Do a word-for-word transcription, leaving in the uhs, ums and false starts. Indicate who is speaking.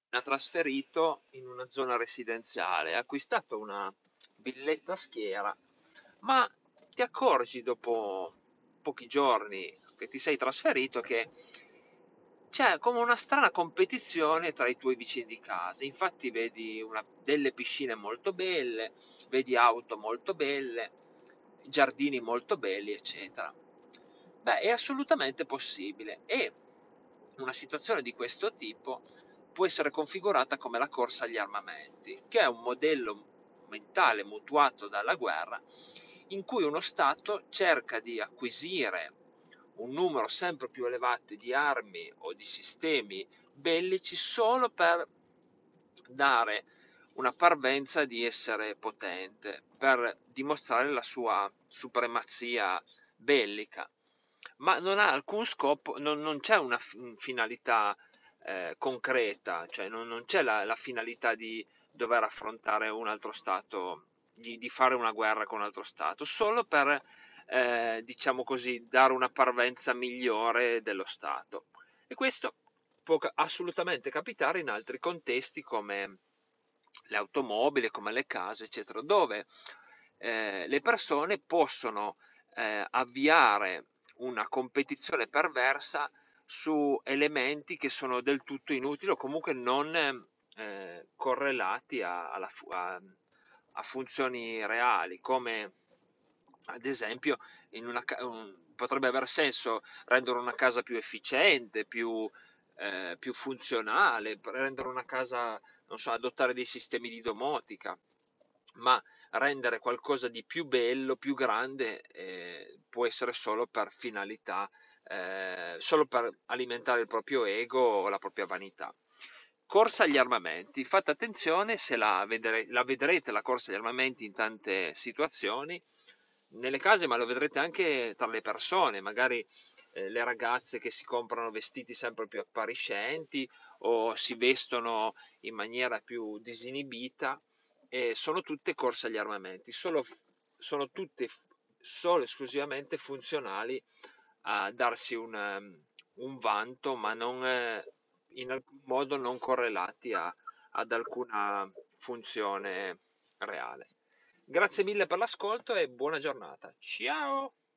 Speaker 1: ha trasferito in una zona residenziale, ha acquistato una villetta a Schiera, ma ti accorgi dopo pochi giorni che ti sei trasferito che c'è come una strana competizione tra i tuoi vicini di casa. Infatti vedi una- delle piscine molto belle, vedi auto molto belle, giardini molto belli, eccetera. Beh, è assolutamente possibile e una situazione di questo tipo può essere configurata come la corsa agli armamenti, che è un modello mentale mutuato dalla guerra in cui uno Stato cerca di acquisire un numero sempre più elevato di armi o di sistemi bellici solo per dare una parvenza di essere potente, per dimostrare la sua supremazia bellica, ma non ha alcun scopo, non, non c'è una finalità eh, concreta, cioè non, non c'è la, la, finalità di dover affrontare un altro Stato, di, di, fare una guerra con un altro Stato, solo per, eh, diciamo così, dare una parvenza migliore dello Stato. E questo può assolutamente capitare in altri contesti come le automobili, come le case, eccetera, dove eh, le persone possono eh, avviare una competizione perversa su elementi che sono del tutto inutili o comunque non eh, correlati a, alla, a, a funzioni reali, come ad esempio in una, un, potrebbe aver senso rendere una casa più efficiente, più, eh, più funzionale, rendere una casa, non so, adottare dei sistemi di domotica, ma rendere qualcosa di più bello, più grande, eh, può essere solo per finalità, eh, solo per alimentare il proprio ego o la propria vanità. Corsa agli armamenti. Fate attenzione se la, vedere, la vedrete la corsa agli armamenti in tante situazioni, nelle case, ma lo vedrete anche tra le persone, magari eh, le ragazze che si comprano vestiti sempre più appariscenti o si vestono in maniera più disinibita, e sono tutte corse agli armamenti, solo, sono tutte solo esclusivamente funzionali a darsi un, um, un vanto, ma non, eh, in alcun modo non correlati a, ad alcuna funzione reale. Grazie mille per l'ascolto e buona giornata. Ciao!